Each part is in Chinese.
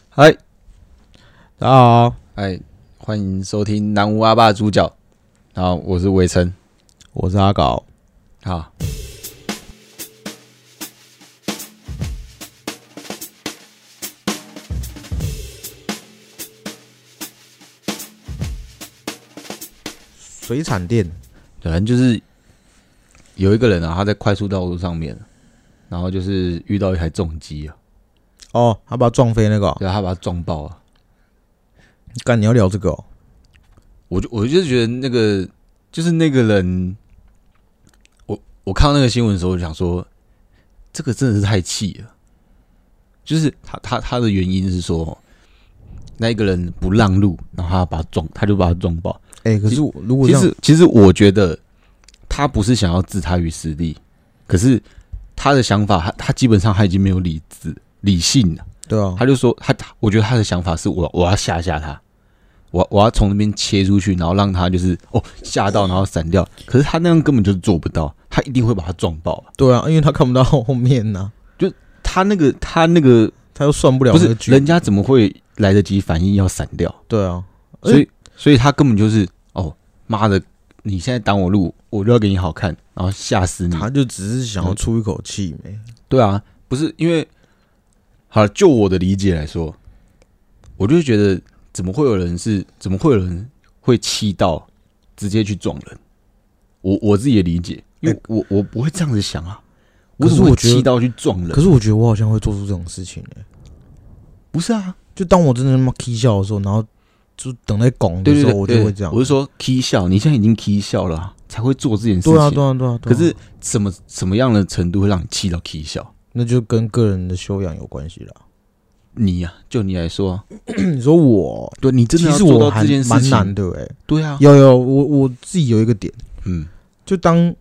嗨， 大家好， 欢迎收听南无阿爸主角。好，我是伟成。 我是阿搞。 好， 水产店， 反正就是有一个人啊，他在快速道路上面，然后就是遇到一台重机啊， 哦，他把他撞飞那个、 对啊，他把他撞爆了。 干，你要聊这个哦？ 我就是觉得那个就是那个人，我看到那个新闻的时候，我就想说，这个真的是太气了。就是他的原因是说，那一个人不让路，然后他就把他撞爆。 可是如果这样其实我觉得他不是想要置他于死地，可是他的想法，他基本上他已经没有理性了。 对啊， 他就说我觉得他的想法是我要吓他，我要从那边切出去，然后让他就是吓到，然后闪掉。可是他那样根本就是做不到，他一定会把他撞爆。 对啊，因为他看不到后面呐、 就他那个他又算不了不是那个距， 人家怎么会来得及反应要闪掉？ 对啊， 所以他根本就是妈的，你现在挡我路，我就要给你好看，然后吓死你。 他就只是想要出一口气没？ 对啊，不是因为好了，就我的理解来说，我就觉得怎么会有人会气到直接去撞人？我自己的理解，因为我不会这样子想啊。 可是我觉得气到去撞人， 可是我觉得我好像会做出这种事情不是啊？ 就当我真的他妈 k 笑的时候，然后就等在拱的时候，我就会这样。 我是说 k 笑，你现在已经 k 笑了啊，才会做这件事情。 对啊，对啊，对啊。 可是什么样的程度会让你气到 k 笑？ 那就跟个人的修养有关系啦。 你啊，就你来说啊， 你说我， 对你真的要其实我还做到这件事情， 蛮难的对啊， 有，我自己有一个点，就当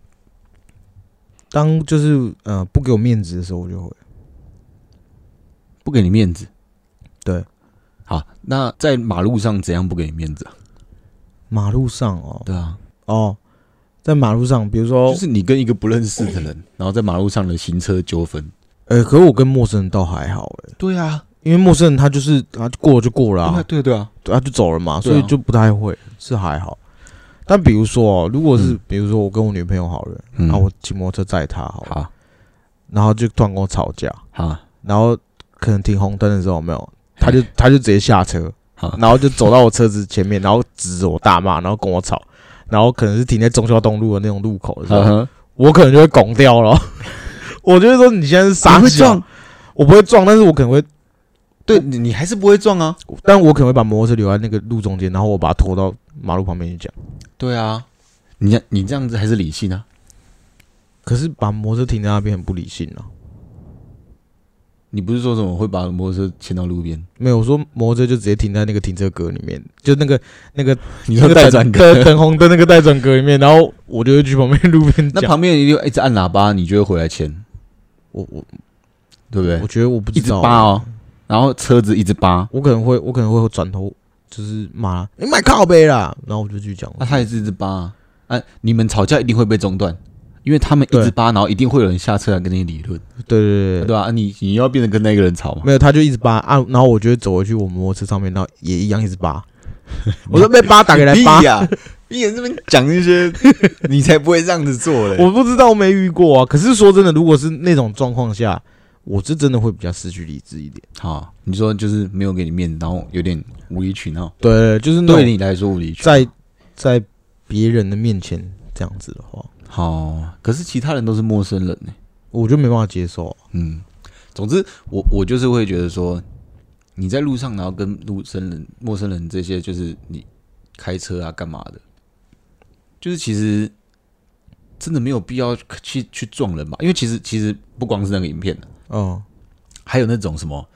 就是不给我面子的时候，我就会不给你面子。 对， 好，那在马路上怎样不给你面子啊？ 马路上对啊， 在马路上，比如说， 就是你跟一个不认识的人，然后在马路上的行车纠纷。 可是我跟陌生人倒还好对啊， 因为陌生人他过了就过了啊， 对啊， 他就走了嘛， 对啊所以就不太会，是还好。但比如说如果是比如说我跟我女朋友好了，然后我骑摩托车载她好，然后就突然跟我吵架，然后可能停红灯的时候有没有，他就直接下车，然后就走到我车子前面，然后指着我大骂，然后跟我吵，然后可能是停在忠孝东路的那种路口的时候，我可能就会拱掉了。我就会说你现在是傻小，我不会撞，但是我可能会， 对你还是不会撞啊， 但我可能会把摩托车留在那个路中间，然后我把它拖到马路旁边去讲。 对啊，你这样子还是理性啊？ 可是把摩托车停在那边很不理性啊。 你不是说什么会把摩托车牵到路边？ 没有，我说摩托车就直接停在那个停车格里面，就那个你说待转格等红灯那个待转格里面，然后我就会去旁边路边讲。 那旁边一定一直按喇叭，你就会回来牵。 我对不对？ 我觉得我不知道， 一直扒然后车子一直扒， 我可能会转头就是骂你买靠背啦，然后我就继续讲。 他也是一直扒你们吵架一定会被中断，因为他们一直扒，然后一定会有人下车来跟你理论。 对吧？你要变成跟那个人吵吗？ 没有，他就一直扒然后我就会走回去我摩托车上面，然后也一样一直扒。我说被扒打给来扒呀！你也这边讲一些，你才不会这样子做嘞。 我不知道，我没遇过啊。可是说真的，如果是那种状况下，我是真的会比较失去理智一点。 好，你说就是没有给你面子，然后有点无理取闹。 对，就是对你来说无理取闹。 在别人的面前这样子的话， 好，可是其他人都是陌生人呢， 我就没办法接受。 总之我就是会觉得说，你在路上，然后跟陌生人这些，就是你开车啊干嘛的，就是其实真的没有必要去撞人吧？因为其实不光是那个影片还有那种什么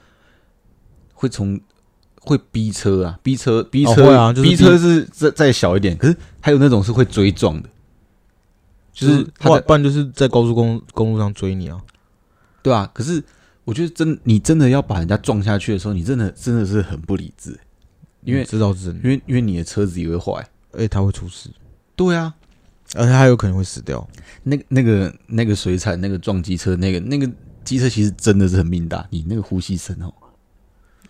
会逼车啊，逼车会啊，就是逼车是再小一点，可是还有那种是会追撞的，就是不然就是在高速公路上追你啊， 对啊。可是我觉得你真的要把人家撞下去的时候，你真的是很不理智，因为知道是真的， 因为你的车子也会坏， 他会出事。 对啊， 而且他有可能会死掉。 那个水产那个撞机车，那个机车其实真的是很命大，你那个呼吸声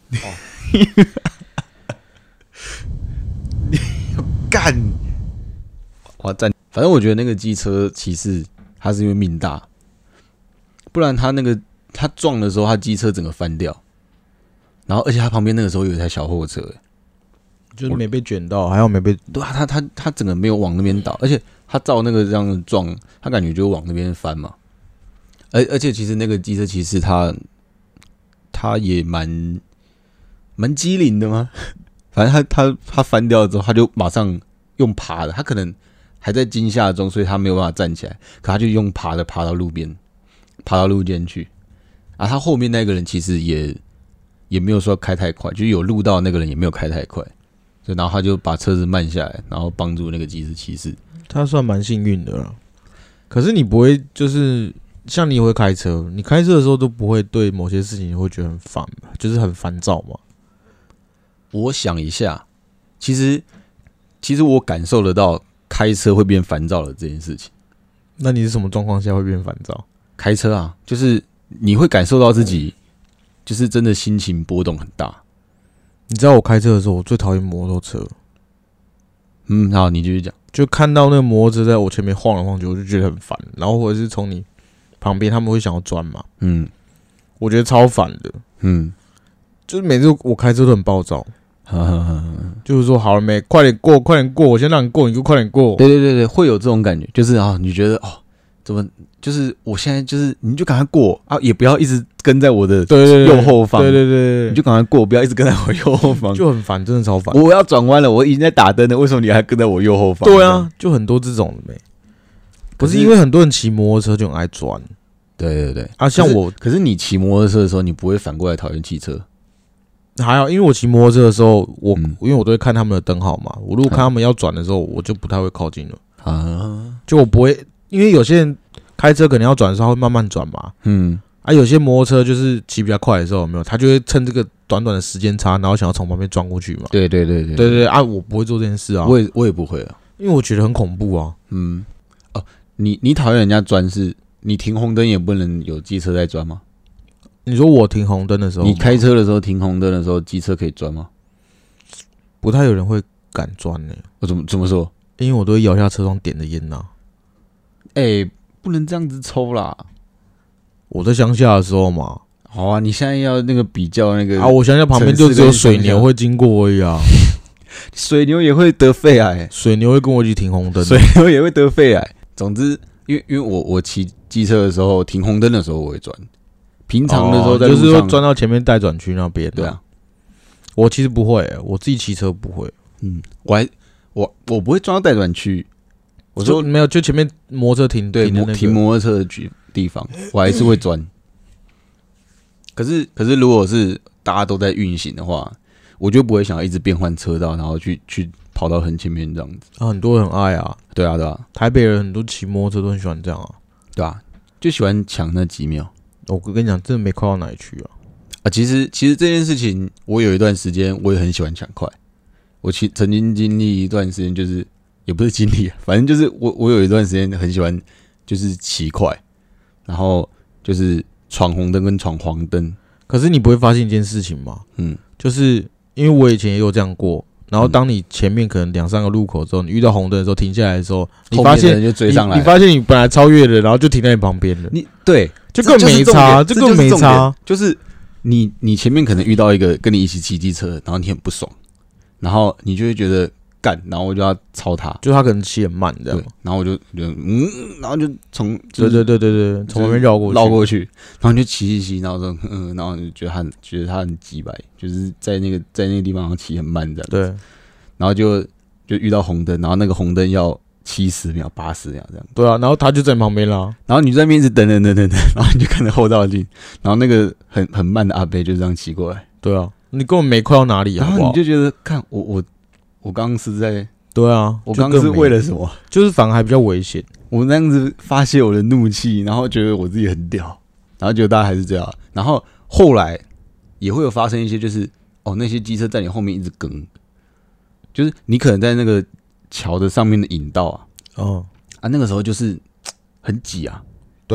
干！我站，反正我觉得那个机车骑士他是因为命大，不然他撞的时候，他机车整个翻掉，然后而且他旁边那个时候有一台小货车， 就是没被卷到，还好没被。 对啊，他整个没有往那边倒，而且他照那个这样的撞，他感觉就往那边翻嘛。而且其实那个机车骑士他也蛮机灵的嘛，反正他翻掉之后，他就马上用爬的，他可能还在惊吓中，所以他没有办法站起来，可他就用爬的爬到路边，爬到路肩去。啊，他后面那个人其实也没有说开太快，就是有录到那个人也没有开太快，所以然后他就把车子慢下来，然后帮助那个机车骑士。 他算蛮幸运的啦。可是你不会就是像你也会开车，你开车的时候都不会对某些事情会觉得很烦吧？就是很烦躁嘛。 我想一下，其实我感受得到开车会变烦躁的这件事情。 那你是什么状况下会变烦躁？ 开车啊，就是你会感受到自己就是真的心情波动很大。 你知道我开车的时候，我最讨厌摩托车。 好，你继续讲。 就看到那个摩托车在我前面晃来晃去，我就觉得很烦。然后或者是从你旁边，他们会想要钻嘛。我觉得超烦的。就是每次我开车都很暴躁。就是说好了没，快点过，快点过，我先让你过，你就快点过。 对，会有这种感觉，就是你觉得怎么就是我现在就是你就赶快过啊，也不要一直跟在我的右后方。对，你就赶快过，不要一直跟在我右后方， 就很烦，真的超烦。 我要转弯了，我已经在打灯了，为什么你还跟在我右后方？ 对啊，就很多这种的没。不是因为很多人骑摩托车就很爱钻。 对啊，像我， 可是你骑摩托车的时候，你不会反过来讨厌汽车。 还好，因为我骑摩托车的时候，因为我都会看他们的灯号嘛。我如果看他们要转的时候，我就不太会靠近了。就我不会，因为有些人开车可能要转的时候，他会慢慢转嘛。有些摩托车就是骑比较快的时候，有没有？他就会趁这个短短的时间差，然后想要从旁边钻过去嘛。对啊，我不会做这件事啊。 我也不会啊， 因为我觉得很恐怖啊。 你讨厌人家钻是？你停红灯也不能有机车在钻吗？ 你说我停红灯的时候， 你开车的时候停红灯的时候，机车可以钻吗？ 不太有人会敢钻呢。 我怎么说？ 因为我都会摇下车窗点的烟呐。 不能这样子抽啦！ 我在乡下的时候嘛。 好啊，你现在要那个比较那个啊，我乡下旁边就只有水牛会经过而已啊。 水牛也会得肺癌， 水牛会跟我一起停红灯， 水牛也会得肺癌。总之，因为我骑机车的时候停红灯的时候我会钻，平常的时候在路上就是会钻到前面待转区那边。 对啊， 我其实不会，我自己骑车不会。 我不会钻到待转区。我说没有，就前面摩托车停停摩托车的地方，我还是会钻。可是如果是大家都在运行的话，我就不会想要一直变换车道，然后去跑到很前面这样子。 很多人很爱啊。 对啊。 台北人很多骑摩托车都很喜欢这样啊。对啊， 就喜欢抢那几秒。 我跟你讲，真的没快到哪里去啊。 其实这件事情，我有一段时间我也很喜欢抢快。我曾经经历一段时间，就是也不是经历，反正就是我有一段时间很喜欢，就是骑快，然后就是闯红灯跟闯黄灯。 可是你不会发现一件事情吗？就是因为我以前也有这样过。然后当你前面可能2-3个路口之后，你遇到红灯的时候停下来的时候，你发现就追上来， 你发现你本来超越了，然后就停在你旁边了。 对， 就更没差，这更没差。 就是你前面可能遇到一个跟你一起骑机车，然后你很不爽，然后你就会觉得干，然后我就要超他， 就他可能骑很慢这样， 然后我就然后就从对，从旁边绕过去，然后你就骑，然后说然后你就觉得他很鸡掰，就是在那个地方骑很慢这样， 对， 然后就遇到红灯，然后那个红灯要70秒、80秒这样， 对啊，然后他就在旁边啦， 然后你在那边一直等，然后你就看着后照镜，然后那个很慢的阿伯就这样骑过来， 对啊，你根本没快到哪里， 然后你就觉得看我刚刚是在对啊， 我刚刚是为了什么？ 就是反而还比较危险。 我那样子发泄我的怒气，然后觉得我自己很屌，然后结果大家还是这样。然后后来也会有发生一些，就是那些机车在你后面一直跟，就是你可能在那个桥的上面的引道啊，那个时候就是很挤啊， 对。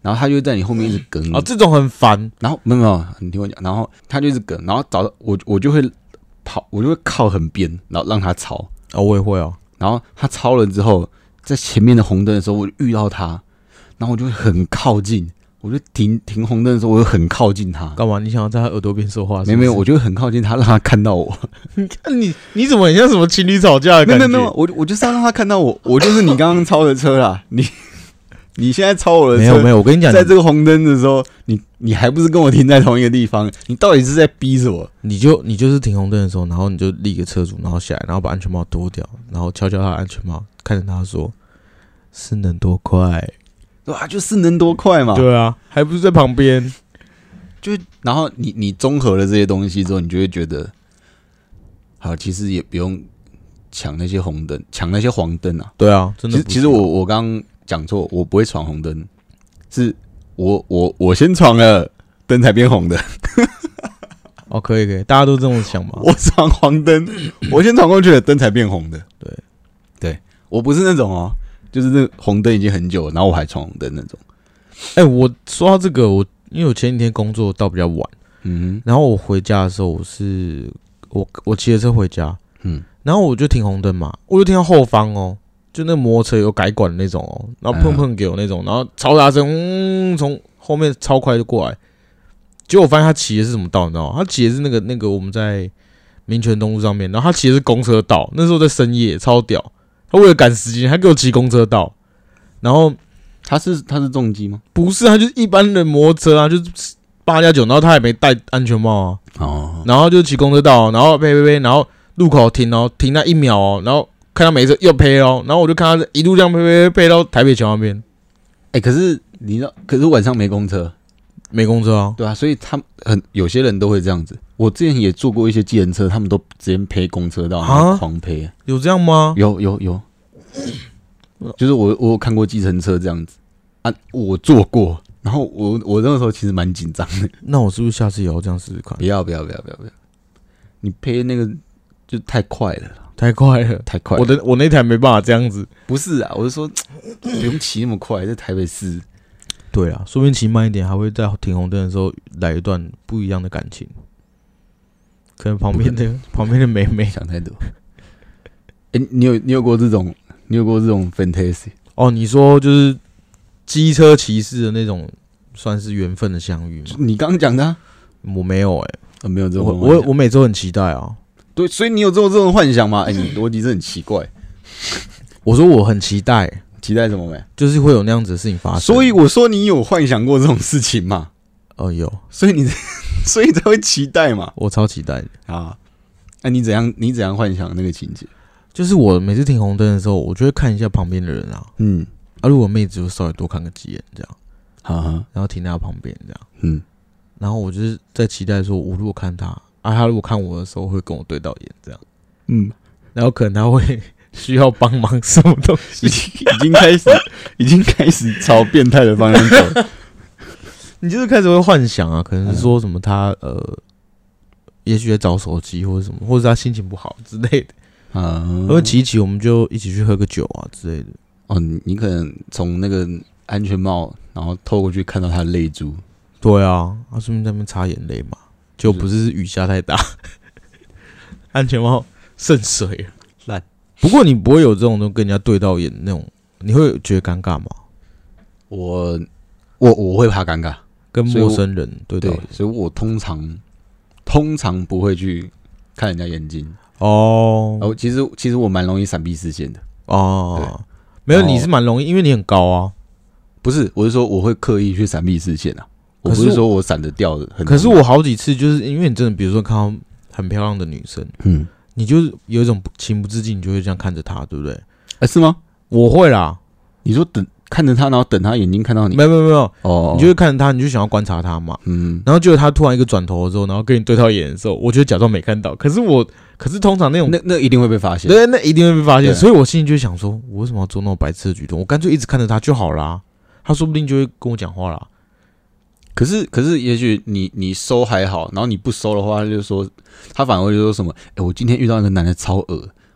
然后他就在你后面一直梗你。 这种很烦。 然后没有，你听我讲，然后他就一直梗，然后找到我就会跑，我就会靠很边，然后让他超。 我也会哦。 然后他超了之后，在前面的红灯的时候，我就遇到他，然后我就会很靠近。我就停红灯的时候，我就很靠近他。 干嘛？你想要在他耳朵边说话是不是？ 没有，我就很靠近他，让他看到我。 你看你怎么很像什么情侣吵架的感觉？ 没有，我就是要让他看到我，我就是你刚刚超的车啦。你现在超我的车，没有，我跟你讲， 在这个红灯的时候，你还不是跟我停在同一个地方？你到底是在逼什么？ 你就是停红灯的时候，然后你就立个车主，然后下来，然后把安全帽脱掉，然后敲敲他的安全帽，看着他说：“是能多快？” 哇，就是能多快嘛？ 对啊，还不是在旁边。 然后你综合了这些东西之后，你就会觉得，好，其实也不用抢那些红灯，抢那些黄灯啊。 对啊，真的。 其实我刚刚讲错，我不会闯红灯，是我先闯了，灯才变红的。 可以，大家都这么想嘛？ 我闯黄灯，我先闯过去了，灯才变红的。对，我不是那种哦。就是那红灯已经很久了，然后我还闯红灯那种。 我说到这个，因为我前几天工作到比较晚，然后我回家的时候，我骑着车回家，然后我就停红灯嘛，我就听到后方哦，就那摩托车有改管的那种哦，然后碰给我那种，然后超大声，从后面超快就过来，结果我发现他骑的是什么道，你知道吗？他骑的是那个我们在民权东路上面，然后他骑的是公车道，那时候在深夜，超屌。他为了赶时间，还给我骑公车道，然后他是重机吗？ 不是，他就是一般的摩托车啊，就是8+9，然后他也没戴安全帽啊，然后就骑公车道，然后呸，然后路口停那1秒哦，然后看到没车又呸哦，然后我就看他一路这样呸到台北桥那边。 可是你知道，可是晚上没公车啊， 对啊，所以他有些人都会这样子。我之前也坐过一些计程车，他们都直接呸公车道，狂呸。 有这样吗？ 有，就是我有看过计程车这样子啊，我坐过，然后我那个时候其实蛮紧张的。 那我是不是下次也要这样试试看？ 不要，你呸那个就太快了。 我那台没办法这样子。 不是啊，我是说不用骑那么快，在台北市。 对啊，说不定骑慢一点，还会在停红灯的时候来一段不一样的感情。可能旁边的妹妹想太多。你有过这种 fantasy？ 你说就是机车骑士的那种，算是缘分的相遇吗？ 你刚刚讲的啊？ 我没有没有这种。 我每周很期待啊。 对，所以你有这种幻想吗？你逻辑是很奇怪。 我说我很期待。 期待什么没？ 就是会有那样子的事情发生。 所以我说你有幻想过这种事情吗？ 有。 所以才会期待嘛。 我超期待的啊！那你怎样幻想那个情节？ 就是我每次停红灯的时候，我就会看一下旁边的人啊。如果妹子就稍微多看个几眼这样，然后停在她旁边这样，然后我就是在期待说，我如果看她她如果看我的时候会跟我对到眼这样，然后可能她会需要帮忙什么东西， 已经开始朝变态的方向走。 你就是开始会幻想啊，可能是说什么他也许在找手机或者什么，或者他心情不好之类的然后骑一骑，我们就一起去喝个酒啊之类的。 你可能从那个安全帽，然后透过去看到他的泪珠。 对啊，他顺便在那边擦眼泪嘛，就不是雨下太大，安全帽渗水了，烂。不过你不会有这种跟人家对到眼那种，你会觉得尴尬吗？ 我会怕尴尬。 跟陌生人对， 所以我通常不会去看人家眼睛其实我蛮容易闪避视线的没有，你是蛮容易，因为你很高啊。 不是，我是说我会刻意去闪避视线啊。我不是说我闪得掉的。 可是我好几次就是因为你真的，比如说看到很漂亮的女生，你就是有一种情不自禁，你就会这样看着她，对不对？ 是吗？ 我会啦。 你说看着他，然后等他眼睛看到你？ 没有你就会看着他，你就想要观察他嘛。然后结果他突然一个转头之后，然后跟你对到眼的时候，我就假装没看到。可是通常那种那一定会被发现。 对，那一定会被发现。所以我心里就想说，我为什么要做那种白痴的举动？我干脆一直看着他就好啦。他说不定就会跟我讲话啦。 可是，也许你收还好，然后你不收的话，他反而会说什么？我今天遇到一个男的超恶，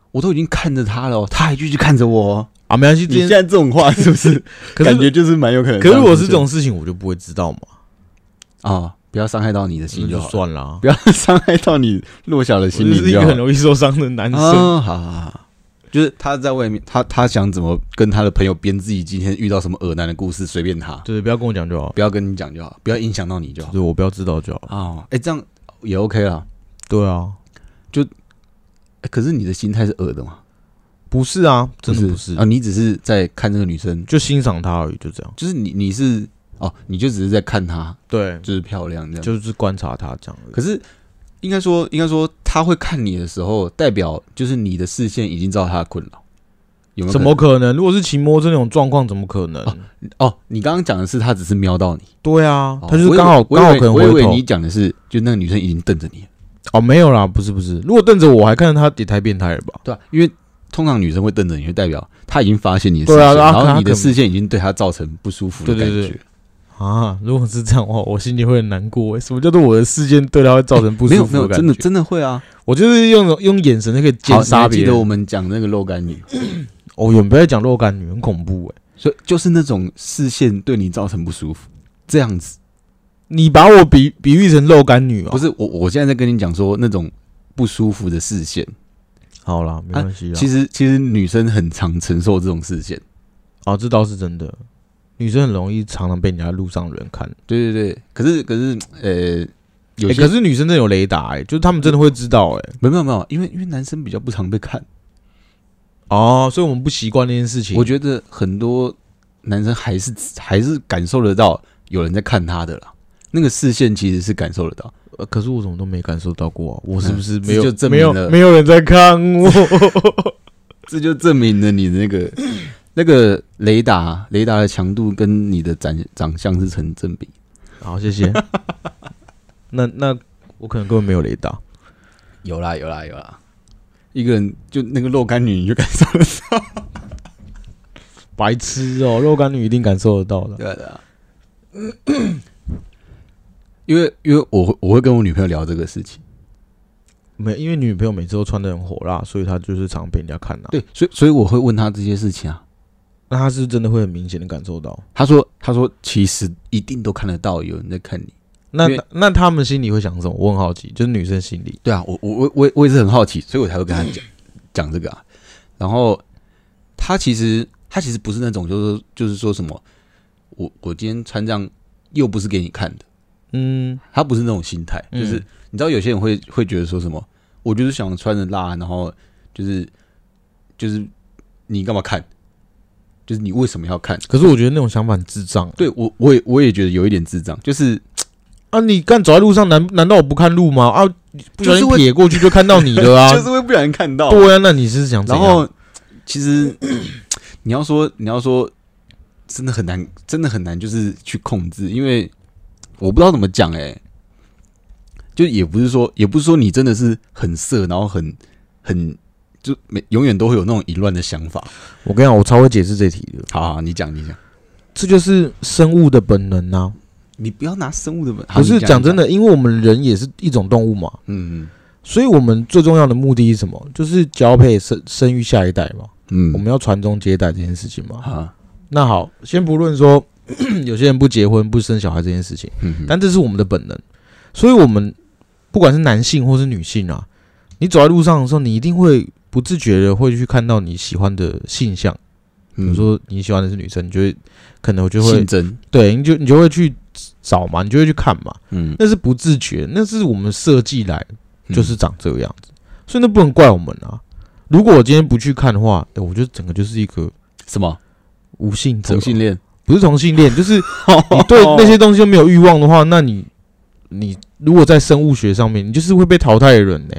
我都已经看着他了，他还继续看着我啊，没关系。 你现在这种话是不是感觉就是蛮有可能？ 可是如果是这种事情，我就不会知道嘛。 啊，不要伤害到你的心就好， 算了， 不要伤害到你弱小的心灵。 就是一个很容易受伤的男生。 好，就是他在外面，他想怎么跟他的朋友编自己今天遇到什么恶男的故事，随便他。 对，不要跟我讲就好， 不要跟你讲就好，不要影响到你就好。 对，我不要知道就好。 哦，这样也 OK 啦。 对啊， 就可是你的心态是恶的吗？ 不是啊，真的不是啊，你只是在看这个女生， 就欣赏她而已，就这样。 就是你是你就只是在看她， 对， 就是漂亮这样， 就是观察她这样而已。 可是应该说她会看你的时候，代表就是你的视线已经造她的困扰，有没有？ 怎么可能？如果是骑摩托车那种状况，怎么可能？ 你刚刚讲的是她只是瞄到你， 对啊，她就是刚好可能回头。 我以为你讲的是，就那个女生已经瞪着你。 哦，没有啦，不是，如果瞪着我还看着她，也太变态了吧？ 对啊，因为通常女生会瞪着你，就代表她已经发现你的视线，然后你的视线已经对她造成不舒服的感觉。 啊，如果是这样的话，我心里会很难过。什么叫做我的视线对她会造成不舒服的感觉？ 没有，真的会啊！ 我就是用眼神就可以奸杀别人。 记得我们讲那个肉干女， 有人不要讲肉干女，很恐怖所以就是那种视线对你造成不舒服，这样子。 你把我比喻成肉干女不是我现在在跟你讲说那种不舒服的视线。 好啦，没关系啦。 其实女生很常承受这种视线。 这倒是真的。女生很容易常常被人家路上的人看。 对对对，可是有些可是女生真的有雷达就是他们真的会知道没有，因为男生比较不常被看。 所以我们不习惯那件事情。 我觉得很多男生还是感受得到有人在看他的啦。那个视线其实是感受得到， 可是我怎么都没感受到过我是不是没有人在看我？ 这就证明了你的那个雷达的强度跟你的长相是成正比。 好，谢谢。那我可能根本没有雷达。 有啦，一个人就那个肉干女你就感受得到。 白痴肉干女一定感受得到的。 对的。因为我会跟我女朋友聊这个事情， 没，因为女朋友每次都穿得很火辣，所以她就是常被人家看对，所以我会问她这些事情啊。 那她是真的会很明显的感受到。 她说其实一定都看得到有人在看你。 那他们心里会想什么？我很好奇，就是女生心里。 对啊，我也是很好奇，所以我才会跟她讲这个啊。然后她其实不是那种就是说什么我今天穿这样又不是给你看的。他不是那种心态，就是你知道有些人会觉得说什么，我就是想穿着辣，然后就是你干嘛看？就是你为什么要看？ 可是我觉得那种想法很智障。 对，我也觉得有一点智障，就是你干走在路上，难道我不看路吗？不小心撇过去就看到你了啊， 就是会不小心看到。 对啊，那你是想怎样？ 然后其实你要说真的很难，就是去控制，因为。我不知道怎么讲就也不是说你真的是很色，然后很就永远都会有那种淫乱的想法。 我跟你讲，我超会解释这题的。 好，你讲， 这就是生物的本能啊！ 你不要拿生物的本能， 不是讲真的，因为我们人也是一种动物嘛。所以我们最重要的目的是什么？就是交配生育下一代嘛。我们要传宗接代这件事情嘛。那好，先不论说。有些人不结婚不生小孩这件事情，但这是我们的本能，所以我们不管是男性或是女性啊，你走在路上的时候，你一定会不自觉的会去看到你喜欢的性向，比如说你喜欢的是女生，你就会可能就会性征， 对，你就会去找嘛，你就会去看嘛，那是不自觉，那是我们设计来就是长这个样子，所以那不能怪我们啊。如果我今天不去看的话，我觉得整个就是一个什么无性者， 同性恋。 不是同性恋，就是你对那些东西都没有欲望的话，那你如果在生物学上面，你就是会被淘汰的人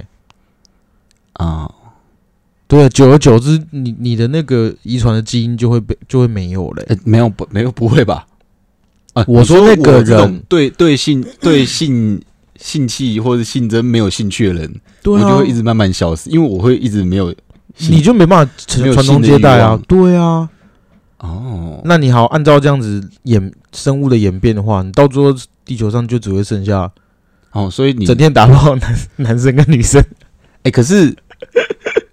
对，久而久之，你的那个遗传的基因就会没有了。 没有不会吧？ 我说那个人对性器或者性征没有兴趣的人，我就会一直慢慢消失，因为我会一直没有， 你就没办法传宗接代啊。对啊。那你好，按照这样子生物的演变的话，你到最后地球上就只会剩下所以你整天打炮男生跟女生。 可是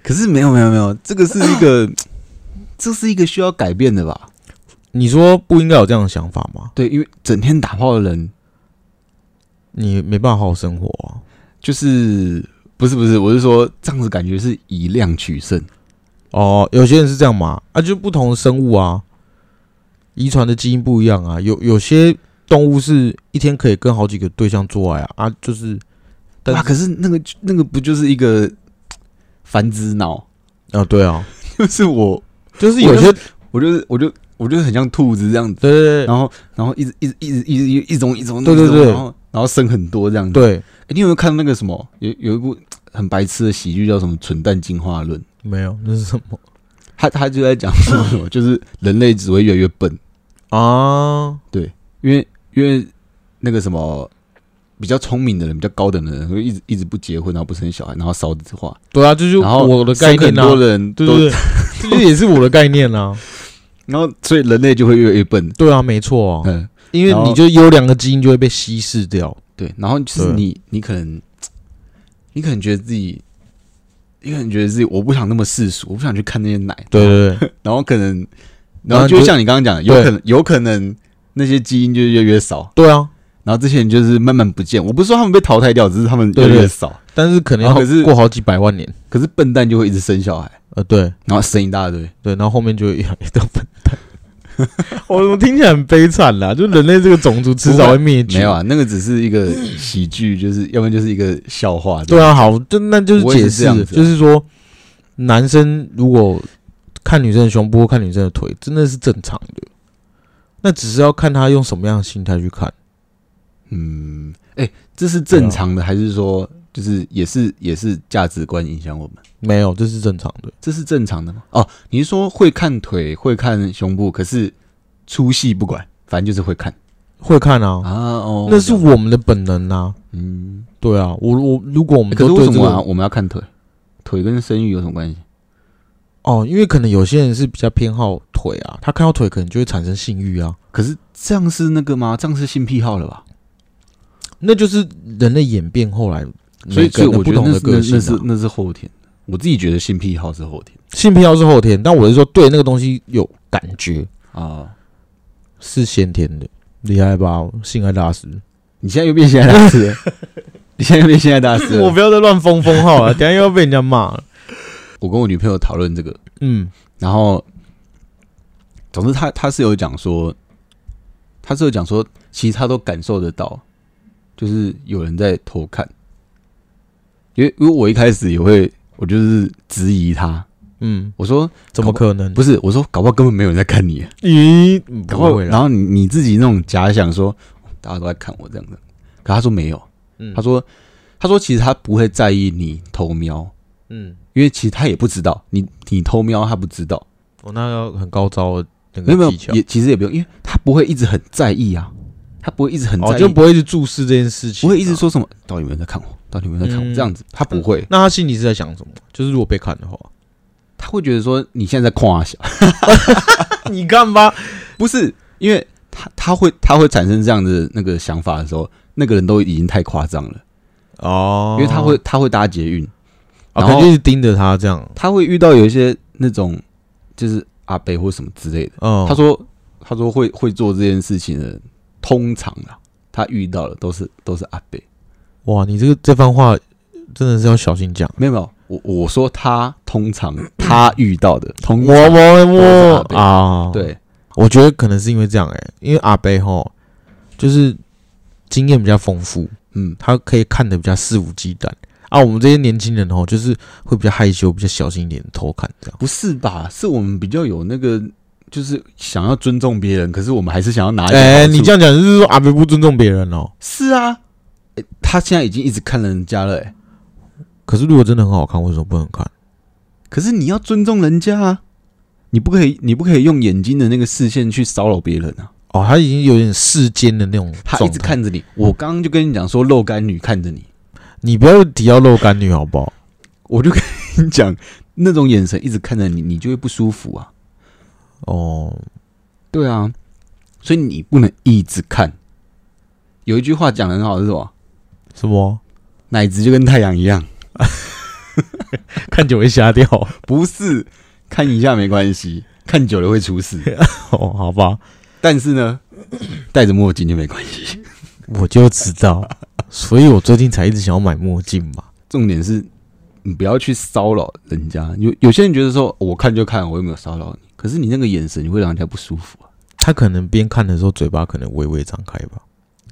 可是没有，这个是一个，这是一个需要改变的吧？ 你说不应该有这样的想法吗？ 对，因为整天打炮的人， 你没办法好好生活啊。 就是不是，我是说这样子感觉是以量取胜。 哦，有些人是这样嘛，就不同的生物啊，遗传的基因不一样啊。有些动物是一天可以跟好几个对象做爱啊，就是， 可是那个不就是一个繁殖脑啊？对啊， 就是就是有些， 我就很像兔子这样子， 对， 然后一种， 对， 然后生很多这样子。 对， 你有没有看那个什么？有一部很白痴的喜剧叫什么《蠢蛋进化论》？ 没有，那是什么？ 他就在讲说什么，就是人类只会越来越笨啊。 对，因为那个什么比较聪明的人、比较高等的人会一直不结婚，然后不生小孩，然后少子化。 对啊，就是我的概念啊。 很多人对，这也是我的概念啊。 然后，所以人类就会越来越笨。 对啊，没错啊。因为你就优良的基因就会被稀释掉。 对，然后就是你可能觉得自己，我不想那么世俗，我不想去看那些奶。 对。 然后就像你刚刚讲的，有可能那些基因就越来越少。 对啊。 然后这些人就是慢慢不见。我不是说他们被淘汰掉，只是他们越来越少。 但是可能要过好几百万年。 可是笨蛋就会一直生小孩。 对， 然后生一大堆， 对，然后后面就越来越多笨蛋。我听起来很悲惨啦，就人类这个种族迟早会灭绝。 没有啊，那个只是一个喜剧，就是要不然就是一个笑话。 对啊，好，那就是解释，就是说，男生如果看女生的胸部或看女生的腿，真的是正常的。那只是要看他用什么样的心态去看。 这是正常的，还是说？就是也是价值观影响我们， 没有，这是正常的， 这是正常的吗？哦，你是说会看腿，会看胸部，可是粗细不管，反正就是会看啊那是我们的本能啊。对啊，如果我们可是为什么我们要看腿？腿跟生育有什么关系？ 因为可能有些人是比较偏好腿啊，他看到腿可能就会产生性欲啊。 可是这样是那个吗？这样是性癖好了吧？ 那就是人类演变后来。 所以我觉得那是后天的。我自己觉得性癖好是后天， 性癖好是后天，但我是说对那个东西有感觉啊，是先天的，厉害吧？性爱大师， 你现在又变性爱大师了，你现在又变性爱大师了， 我不要再乱封号了，等一下又要被人家骂了。 我跟我女朋友讨论这个，然后总之他是有讲说，其实他都感受得到，就是有人在偷看。因为我一开始我就是质疑他，我说怎么可能？ 不是，我说搞不好根本没有人在看你。 搞不好， 然后你自己那种假想说大家都在看我这样的，可他说没有，他说其实他不会在意你偷瞄，因为其实他也不知道你偷瞄，他不知道。 那要很高招的那个技巧， 其实也不用，因为他不会一直很在意啊。他不会一直很在意， 就不会一直注视这件事情， 不会一直说什么到底有没有人在看我，到底有没有人在看我这样子，他不会。 那他心里是在想什么？就是如果被看的话， 他会觉得说你现在在夸小， 你看吧， 不是，因为他会产生这样的那个想法的时候，那个人都已经太夸张了因为他会搭捷运， 然后一直盯着他这样， 他会遇到有一些那种就是阿伯或什么之类的，他说会做这件事情的人。通常啊，他遇到的都是阿伯。 哇，你这番话真的是要小心讲。 没有，我说他通常他遇到的，对， 我觉得可能是因为这样因为阿伯吼就是经验比较丰富，他可以看得比较肆无忌惮啊。我们这些年轻人吼，就是会比较害羞，比较小心一点偷看这样。 不是吧？是我们比较有那个。就是想要尊重别人，可是我们还是想要拿一点好处。 你这样讲就是说阿伯不尊重别人哦？ 是啊，他现在已经一直看人家了可是如果真的很好看，为什么不能看？ 可是你要尊重人家啊，你不可以用眼睛的那个视线去骚扰别人啊。 他已经有点世间的那种， 他一直看着你。我刚刚就跟你讲说，肉干女看着你， 你不要提到肉干女好不好？ 我就跟你讲，那种眼神一直看着你，你就会不舒服啊。对啊，所以你不能一直看。有一句话讲得很好是什么？ 什么？ 奶子就跟太阳一样。 看久会瞎掉。 不是，看一下没关系，看久了会出事。 哦，好吧。 但是呢，戴着墨镜就没关系。 我就知道，所以我最近才一直想要买墨镜嘛。 重点是，你不要去骚扰人家。有些人觉得说，我看就看，我又没有骚扰你。可是你那个眼神，你会让人家不舒服啊。 他可能边看的时候，嘴巴可能微微张开吧。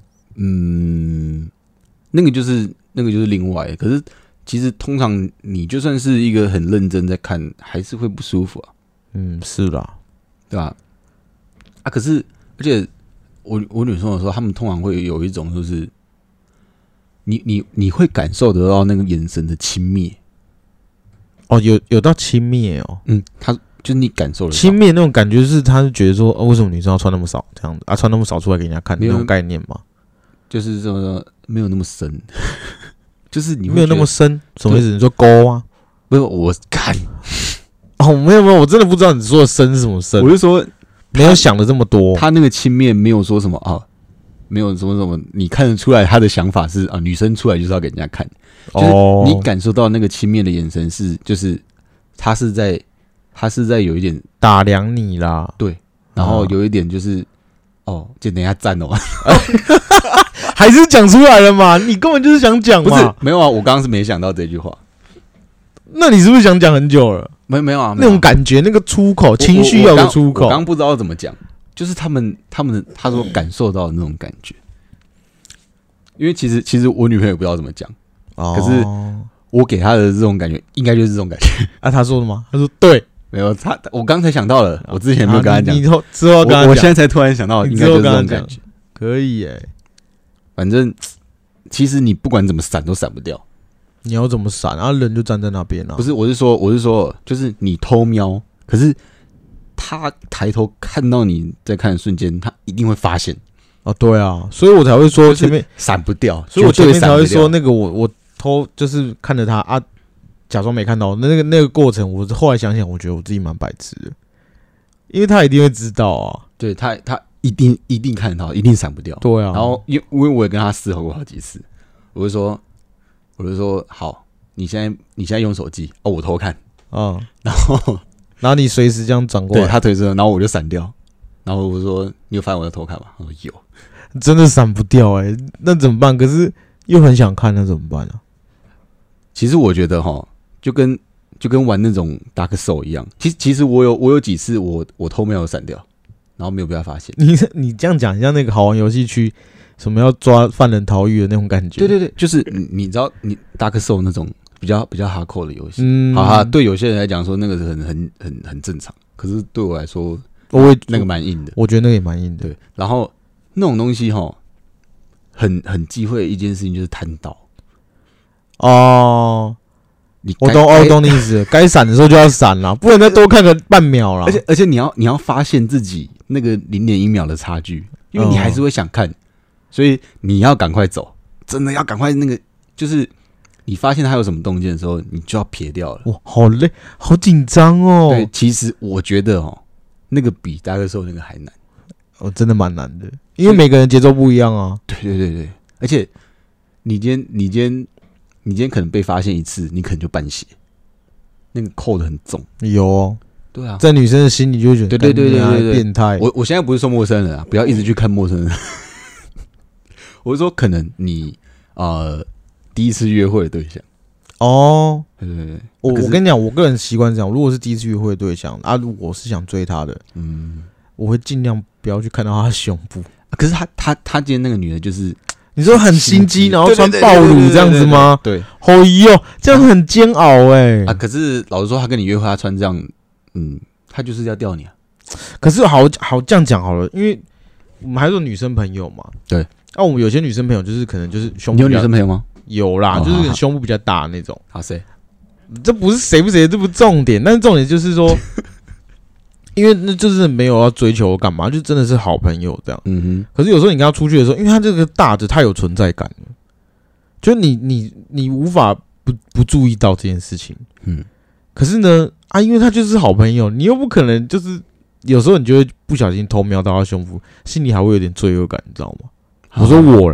那个就是另外。可是其实通常你就算是一个很认真在看，还是会不舒服啊。 是啦， 对吧？啊，可是而且我女生的时候，他们通常会有一种就是，你会感受得到那个眼神的轻蔑。 哦，有到轻蔑哦。 他就是你感受的轻蔑那种感觉，是他是觉得说，为什么女生要穿那么少这样子啊？穿那么少出来给人家看那种概念吗？ 就是说没有那么深，就是你没有那么深，什么意思？你说勾啊？ 不是，我看哦，没有，我真的不知道你说的深是什么深。 我是说， 没有想的这么多。 他那个轻蔑没有说什么啊，没有什么，你看得出来他的想法是啊，女生出来就是要给人家看，就是你感受到那个轻蔑的眼神是，就是他是在有一点打量你啦， 对，然后有一点就是就等一下赞哦。 还是讲出来了嘛？你根本就是想讲嘛？ 不是，没有啊，我刚刚是没想到这句话。 那你是不是想讲很久了？ 没有啊， 那种感觉，那个出口，情绪要有出口。 我刚不知道怎么讲，就是他说感受到的那种感觉。因为其实我女朋友不知道怎么讲，可是我给她的这种感觉，应该就是这种感觉。 啊，她说的吗？她说对， 没有我刚才想到了，我之前没有跟她讲， 你之后跟她讲， 我现在才突然想到，应该就是这种感觉。 可以耶， 反正其实你不管怎么闪都闪不掉。 你要怎么闪啊？人就站在那边啊。 不是，我是说，就是你偷瞄，可是他抬头看到你在看的瞬间，他一定会发现。 哦，对啊，所以我才会说前面闪不掉， 所以我前面才会说那个我偷就是看着他啊，假装没看到那个过程。我后来想想，我觉得我自己蛮白痴的，因为他一定会知道啊。 对他一定看得到，一定闪不掉。 对啊， 然后因为我也跟他思考过好几次，我就说好，你现在用手机我偷看，然后你随时这样转过来， 对他推车，然后我就闪掉，然后我说你有发现我在偷看吗？他说有， 真的闪不掉那怎么办？可是又很想看，那怎么办啊？ 其实我觉得就跟玩那种 Dark Soul 一样，其实我有几次我偷瞄有闪掉，然后没有被他发现。 你这样讲，很像那个好玩游戏区。什么要抓犯人逃狱的那种感觉？ 对，就是你知道，你 Dark Soul 那种比较 hardcore 的游戏，对有些人来讲说那个是很正常，可是对我来说，那个蛮硬的。 我觉得那个也蛮硬的。 对，然后那种东西很忌讳一件事情就是贪刀。我懂你意思，该闪的时候就要闪啦，不能再多看个半秒啦。 而且你要发现自己那个0.1秒的差距，因为你还是会想看。所以你要赶快走，真的要赶快那个，就是你发现他有什么动静的时候，你就要撇掉了。 哇，好累，好紧张哦。 对，其实我觉得那个比大个时候那个还难。 真的蛮难的，因为每个人节奏不一样啊。 对，而且你今天可能被发现一次，你可能就半血，那个扣的很重。 有对啊， 在女生的心里就会觉得对，变态。 我现在不是说陌生人啊，不要一直去看陌生人。我是说，可能你第一次约会的对象对， 我跟你讲，我个人习惯这样，如果是第一次约会的对象如果我是想追他的，我会尽量不要去看到他的胸部。 可是他今天那个女的，就是你说很心机，然后穿暴露这样子吗？ 对， 这样很煎熬可是老实说，他跟你约会，他穿这样，他就是要钓你啊。 可是好这样讲好了，因为我们还是有女生朋友嘛。 对。 我们有些女生朋友就是可能就是胸部， 你有女生朋友吗？ 有啦，就是胸部比较大那种。 好谁？ 这不是谁不谁，这不是重点，但是重点就是说，因为那就是没有要追求干嘛，就真的是好朋友这样。可是有时候你跟他出去的时候，因为他这个大的太有存在感了，就你无法不注意到这件事情。可是呢，因为他就是好朋友，你又不可能就是有时候你就会不小心偷瞄到他胸部，心里还会有点罪恶感，你知道吗？我说我啦，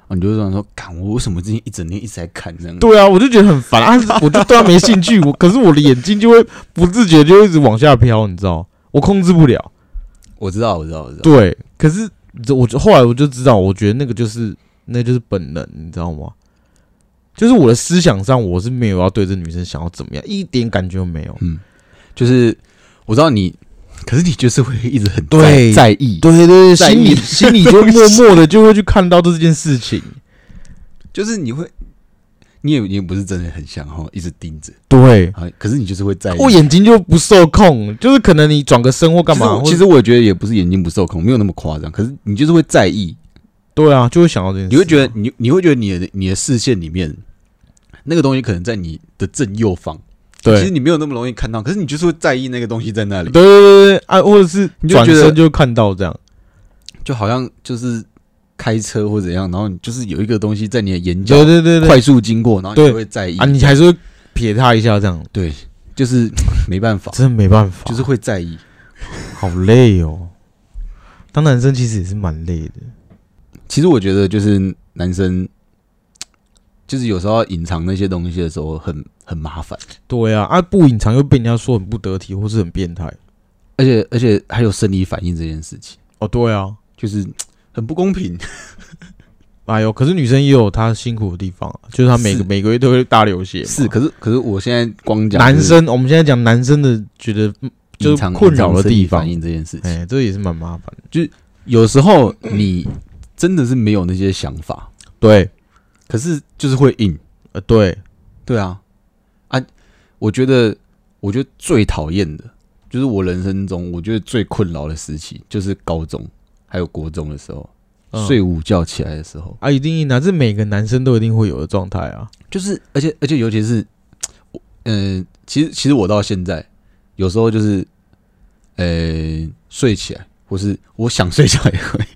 你就想说，看我为什么今天一整天一直在看这样？ 对啊，我就觉得很烦啊，我就对他没兴趣，可是我的眼睛就会不自觉就一直往下飘，你知道，我控制不了。 我知道。 对，可是后来我就知道，我觉得那就是本能，你知道吗？就是我的思想上，我是没有要对这女生想要怎么样，一点感觉都没有。 就是我知道你。可是你就是会一直很在意， 对，心里就默默的就会去看到这件事情， 就是你也不是真的很想一直盯着， 对， 可是你就是会在意， 我眼睛就不受控，就是可能你转个身或干嘛， 其实我觉得也不是眼睛不受控，没有那么夸张，可是你就是会在意， 对啊，就会想到这件事， 你会觉得你会觉得你的视线里面那个东西可能在你的正右方。对，其实你没有那么容易看到，可是你就是会在意那个东西在那里。 对啊，或者是转身就看到这样， 就好像就是开车或怎样，然后你就是有一个东西在你的眼角， 对， 快速经过，然后你就会在意啊，你还是会瞥他一下这样。 对，就是没办法， 真的没办法， 就是会在意， 好累哦。当男生其实也是蛮累的。 其实我觉得就是男生。就是有时候要隐藏那些东西的时候很麻烦。 对啊，不隐藏又被人家说很不得体或是很变态， 而且还有生理反应这件事情。 哦，对啊， 就是很不公平。 哎呦，可是女生也有她辛苦的地方，就是她每个月都会大流血。 是，可是我现在光讲男生，我们现在讲男生的觉得就是困扰的地方， 反应这件事情， 这也是蛮麻烦的。 就是有时候你真的是没有那些想法， 对。 可是就是会硬，对啊，我觉得最讨厌的，就是我人生中我觉得最困扰的时期，就是高中还有国中的时候，睡午觉起来的时候一定硬啊，这每个男生都一定会有的状态啊。 就是而且尤其是，其实我到现在有时候就是，睡起来，或是我想睡觉也会。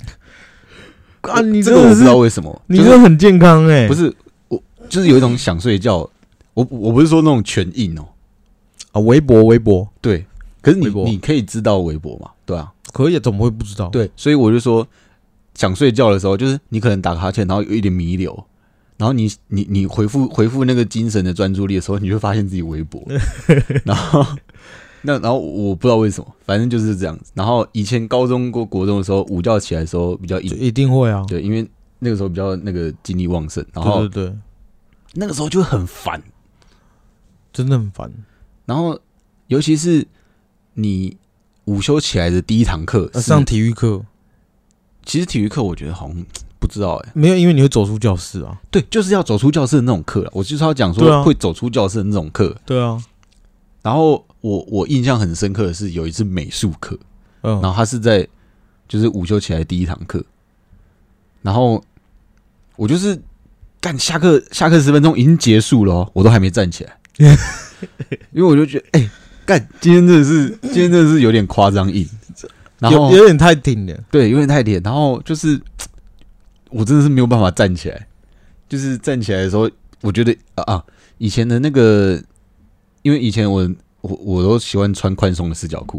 你这个我不知道为什么， 你这很健康不是我，就是有一种想睡觉，我不是说那种全硬微博， 对，可是你可以知道微博嘛，对啊， 可以，怎么会不知道？ 对，所以我就说想睡觉的时候，就是你可能打个哈欠，然后有一点弥留，然后你回复那个精神的专注力的时候，你就会发现自己微博，然后我不知道为什么，反正就是这样子。然后以前高中国中的时候，午觉起来的时候比较硬， 一定会啊。 对，因为那个时候比较那个精力旺盛，然后对， 那个时候就会很烦， 真的很烦。 然后尤其是你午休起来的第一堂课， 上体育课。 其实体育课我觉得好像不知道没有，因为你会走出教室啊。 对，就是要走出教室的那种课，我就是要讲说会走出教室的那种课。 对啊。 然后我印象很深刻的是有一次美术课，然后他是在就是午休起来的第一堂课，然后我就是干下课10分钟已经结束了我都还没站起来，因为我就觉得干今天真的是有点夸张硬，然后有点太挺了， 对，有点太挺，然后就是我真的是没有办法站起来，就是站起来的时候，我觉得以前的那个。因为以前我都喜欢穿宽松的四角裤，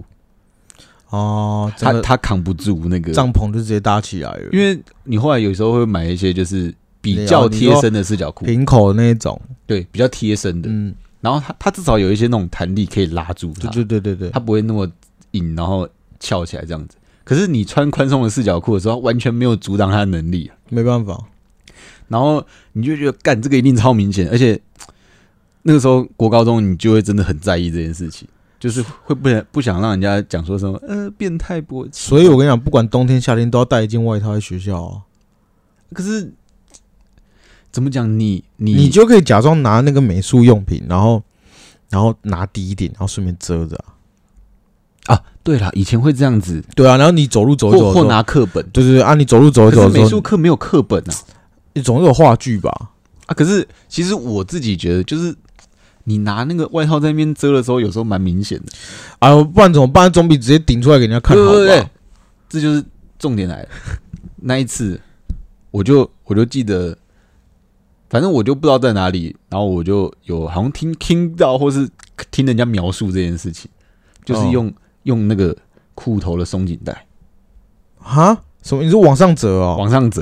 他扛不住那个帐篷就直接搭起来了。 因为你后来有时候会买一些就是比较贴身的四角裤， 平口的那一种， 对，比较贴身的。然后它至少有一些那种弹力可以拉住它， 对， 它不会那么硬，然后翘起来这样子。可是你穿宽松的四角裤的时候，完全没有阻挡它的能力， 没办法。 然后你就觉得干这个一定超明显，而且。那个时候国高中，你就会真的很在意这件事情，就是会不想让人家讲说什么变态勃起。 所以我跟你讲，不管冬天夏天都要带一件外套在学校啊。 可是怎么讲，你就可以假装拿那个美术用品，然后拿低一点，然后顺便遮着对啦，以前会这样子。 对啊，然后你走路走一走， 或拿课本， 对你走路走一走的时候， 美术课没有课本啊， 你总有话剧吧？ 可是其实我自己觉得就是。你拿那个外套在那边遮的时候，有时候蛮明显的。 不然怎么办？总比直接顶出来给人家看好吧？对， 这就是重点来了。那一次，我就记得，反正我就不知道在哪里，然后我就有好像听到，或是听人家描述这件事情，就是用那个裤头的松紧带。 什么？你说往上折哦？ 往上折。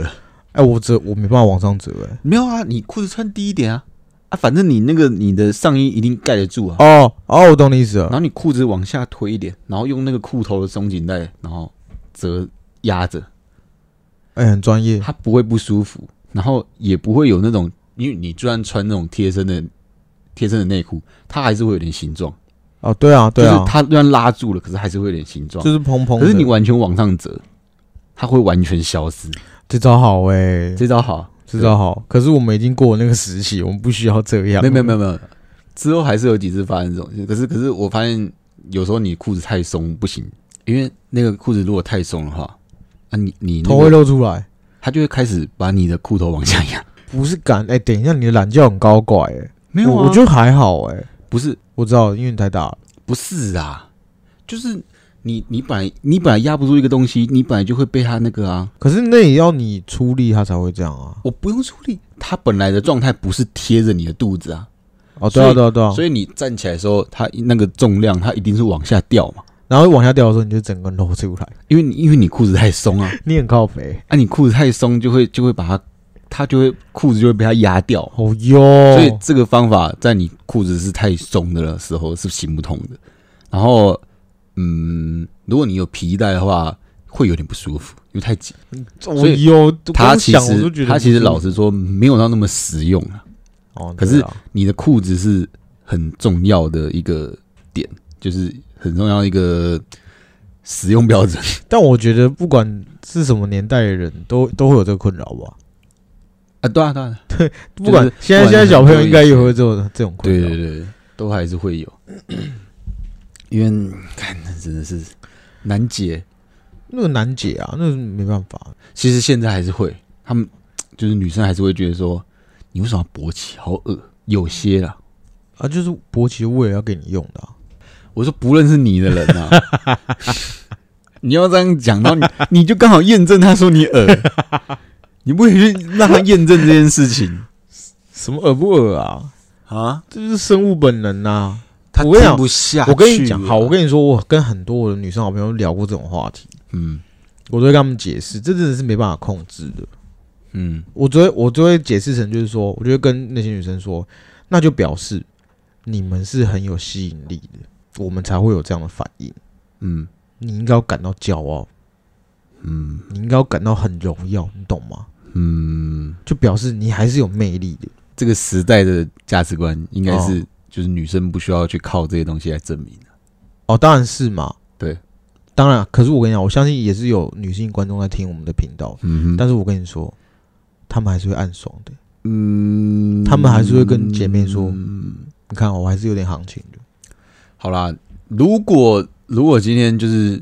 我没办法往上折没有啊，你裤子穿低一点啊，反正你的上衣一定盖得住啊。 我懂你意思了。 然后你裤子往下推一点，然后用那个裤头的松紧带，然后压着， 很专业， 它不会不舒服，然后也不会有那种，因为你就算穿那种贴身的内裤，它还是会有点形状。 对啊， 就是它虽然拉住了，可是还是会有点形状， 就是蓬蓬的。 可是你完全往上折，它会完全消失。 这招好这招好。 可是我们已经过了那个时期，我们不需要这样。 没有，之后还是有几次发生这种事。可是我发现有时候你裤子太松不行，因为那个裤子如果太松的话，你头会露出来， 它就会开始把你的裤头往下压。 不是等一下，你的懒觉很高怪没有我觉得还好不是， 我知道，因为你太大了。 不是啊，就是你本来压不住一个东西，你本来就会被它那个啊。 可是那也要你出力，它才会这样啊。 我不用出力，它本来的状态不是贴着你的肚子啊。 对啊。 所以你站起来的时候，它那个重量它一定是往下掉嘛。 然后往下掉的时候，你就整个露出来， 因为你裤子太松啊。 你很靠北你裤子太松就会把它就会裤子就会被它压掉。 哦哟， 所以这个方法在你裤子是太松的时候是行不通的。然后，如果你有皮带的话，会有点不舒服，因为太紧。所以它其实老实说没有到那么实用啊。可是你的裤子是很重要的一个点，就是很重要的一个使用标准。 但我觉得不管是什么年代的人都会有这个困扰吧。 对啊， 对，不管现在小朋友应该也会有这种困扰， 对，都还是会有。因为看那真的是难解， 那个难解啊，那个没办法。 其实现在还是会，他们就是女生还是会觉得说，你为什么要勃起？好恶，有些啦就是勃起为了要给你用的。 我说不认识你的人啊，你要这样讲到你就刚好验证他说你恶。你不可以去让他验证这件事情。 什么恶不恶啊？这就是生物本能啊！ 他听不下去。 我跟你讲，好，我跟你说，我跟很多我的女生好朋友聊过这种话题。我都会跟他们解释，这真的是没办法控制的。我就会解释成就是说，我就会跟那些女生说，那就表示你们是很有吸引力的，我们才会有这样的反应。你应该要感到骄傲。你应该要感到很荣耀，你懂吗？就表示你还是有魅力的。 这个时代的价值观应该是，就是女生不需要去靠这些东西来证明的。 当然是嘛。 对， 当然。可是我跟你讲，我相信也是有女性观众在听我们的频道。但是我跟你说，他们还是会暗爽的。他们还是会跟姐妹说，你看我还是有点行情的。 好啦，如果今天就是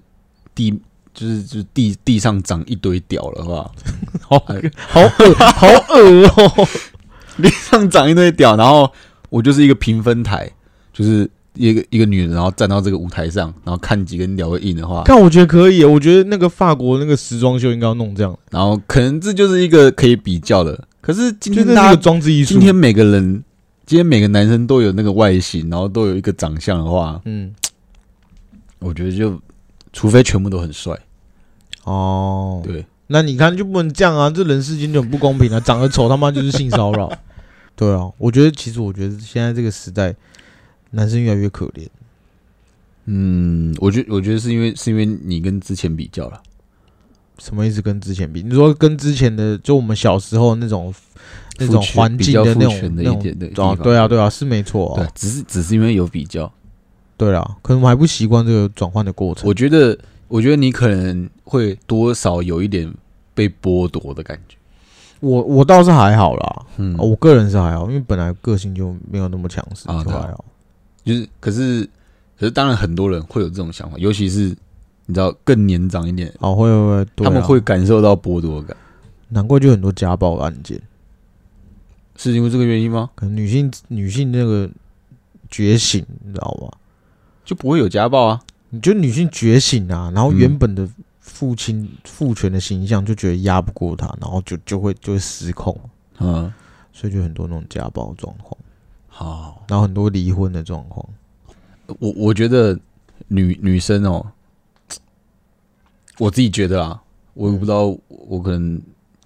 地上长一堆屌的话， 好恶哦！ 地上长一堆屌，然后我就是一个评分台，就是一个女人，然后站到这个舞台上，然后看几根屌会硬的话， 但我觉得可以，我觉得那个法国那个时装秀应该要弄这样， 然后可能这就是一个可以比较的。可是今天大家装置艺术， 今天每个男生都有那个外形，然后都有一个长相的话，我觉得就除非全部都很帅。对， 那你看就不能这样啊！这人世间就很不公平啊！长得丑他妈就是性骚扰。对啊，我觉得现在这个时代，男生越来越可怜。 我觉得是因为你跟之前比较了。 什么意思？跟之前比？你说跟之前的，就我们小时候那种环境的那种对啊，是没错。 对，只是因为有比较。 对啦，可能我还不习惯这个转换的过程。 我觉得你可能会多少有一点被剥夺的感觉。 我倒是还好啦，我个人是还好，因为本来个性就没有那么强势，就还好。 就是可是当然很多人会有这种想法，尤其是你知道更年长一点， 会， 他们会感受到剥夺感。 难怪就很多家暴案件， 是因为这个原因吗？ 可能女性那个觉醒，你知道吗？ 就不会有家暴啊。 你就女性觉醒啊，然后原本的父权的形象就觉得压不过他，然后就会失控，所以就很多那种家暴状况，然后很多离婚的状况。 我觉得女生我自己觉得啦，我不知道，我可能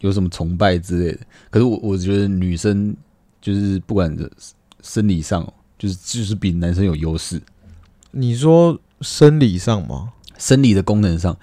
有什么崇拜之类的。可是我觉得女生就是不管生理上，就是比男生有优势。 你说生理上吗？ 生理的功能上，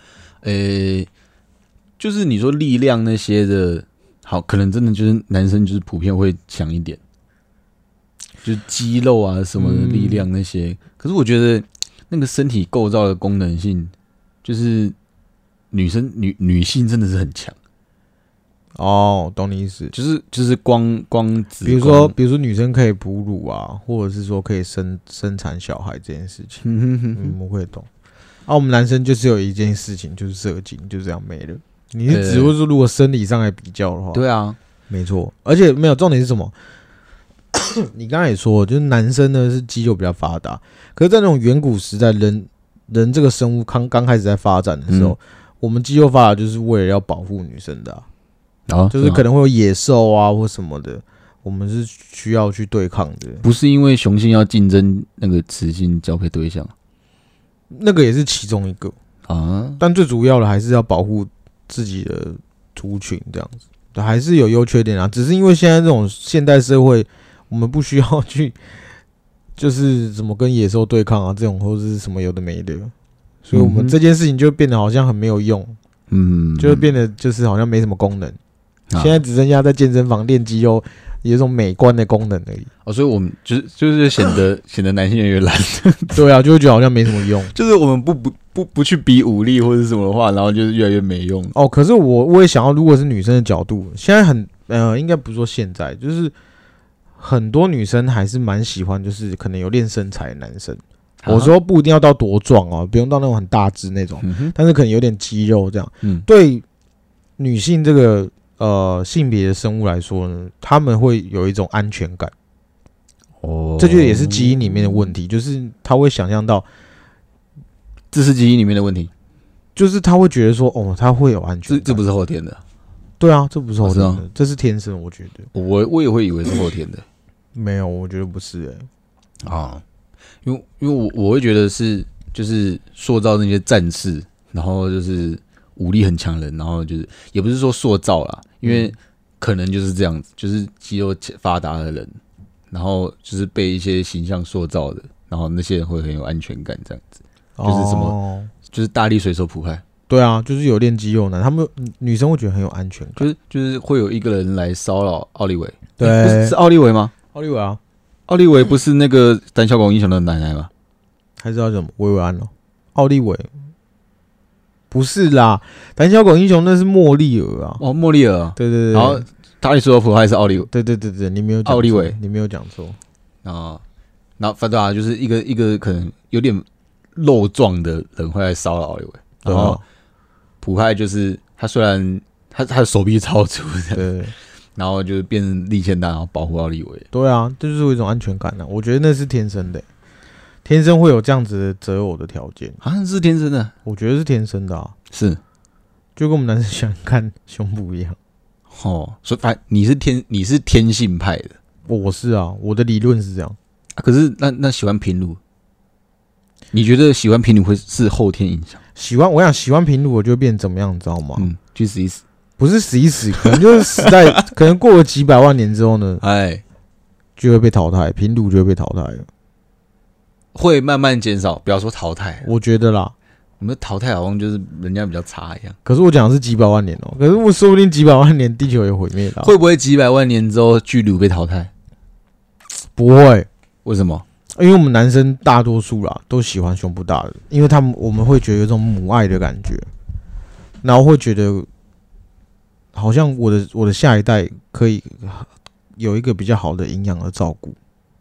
就是你说力量那些的，好，可能真的就是男生就是普遍会强一点，就是肌肉啊什么的力量那些。可是我觉得那个身体构造的功能性，就是女性真的是很强。 哦，懂你意思， 就是光子比如说女生可以哺乳啊，或者是说可以生产小孩这件事情，我会懂。我们男生就是有一件事情，就是射精，就这样没了。你是只会说，如果生理上来比较的话， 对啊， 没错。而且没有重点是什么？你刚才也说，就是男生呢是肌肉比较发达，可是，在那种远古时代，人这个生物刚开始在发展的时候，我们肌肉发达就是为了要保护女生的就是可能会有野兽啊或什么的，我们是需要去对抗的。 不是因为雄性要竞争那个雌性交配对象， 那个也是其中一个啊，但最主要的还是要保护自己的族群，这样子还是有优缺点啊。只是因为现在这种现代社会，我们不需要去就是怎么跟野兽对抗啊，这种或者是什么有的没的，所以我们这件事情就变得好像很没有用，就会变得就是好像没什么功能。现在只剩下在健身房练肌肉，有一种美观的功能而已。 所以我们就是显得男性越懒。 对啊，就会觉得好像没什么用。 就是我们不去比武力或者什么的话，然后就是越来越没用。 可是我也想要，如果是女生的角度，现在应该不是说现在，就是很多女生还是蛮喜欢，就是可能有练身材的男生。我说不一定要到多壮哦，不用到那种很大只那种，但是可能有点肌肉这样。对女性这个性别的生物来说呢，他们会有一种安全感。这就也是基因里面的问题，就是他会想象到， 这是基因里面的问题， 就是他会觉得说，他会有安全感。 这不是后天的。对啊，这不是后天的，这是天生。我觉得我也会以为是后天的， 没有，我觉得不是因为我会觉得是就是塑造那些战士，然后就是武力很强的人，然后就是也不是说塑造啦，因为可能就是这样子，就是肌肉发达的人，然后就是被一些形象塑造的，然后那些人会很有安全感，这样子，就是什么，就是大力水手普派。 对啊，就是有练肌肉男，他们女生会觉得很有安全感， 就是会有一个人来骚扰奥利维， 对， 是奥利维吗？ 奥利维啊， 奥利维不是那个胆小狗英雄的奶奶吗？ 还是叫什么维维安哦？奥利维不是啦，胆小狗英雄那是莫利尔啊。 莫利尔， 对对对。 然后大力水手普派是奥利维， 对对对对，你没有讲奥利维， 你没有讲错啊。然后反正就是一个可能有点肉壮的人会来骚扰奥利维，然后普派就是他虽然他的手臂超粗的，对，然后就是变成力气大，然后保护奥利维。对啊，这就是有一种安全感啊，我觉得那是天生的，天生会有这样子的择偶的条件， 好像是天生的， 我觉得是天生的啊， 是， 就跟我们男生喜欢看胸部一样。 所以你是天性派的， 我是啊，我的理论是这样。 可是那喜欢平乳，你觉得喜欢平乳会是后天影响？我想喜欢平乳，我就会变怎么样，你知道吗？ 去死一死， 不是死一死，可能就是时代，可能过了几百万年之后呢，就会被淘汰，平乳就会被淘汰了， 会慢慢减少，不要说淘汰， 我觉得啦。 我们淘汰好像就是人家比较差一样， 可是我讲的是几百万年可是我说不定几百万年地球也毁灭了。 会不会几百万年之后巨乳被淘汰？ 不会， 为什么？ 因为我们男生大多数啦都喜欢胸部大的，因为我们会觉得有一种母爱的感觉，然后会觉得好像我的下一代可以有一个比较好的营养的照顾。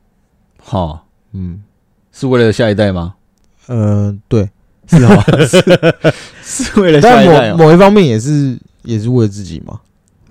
是为了下一代吗？ 对。 是为了下一代， 但某一方面也是为了自己嘛。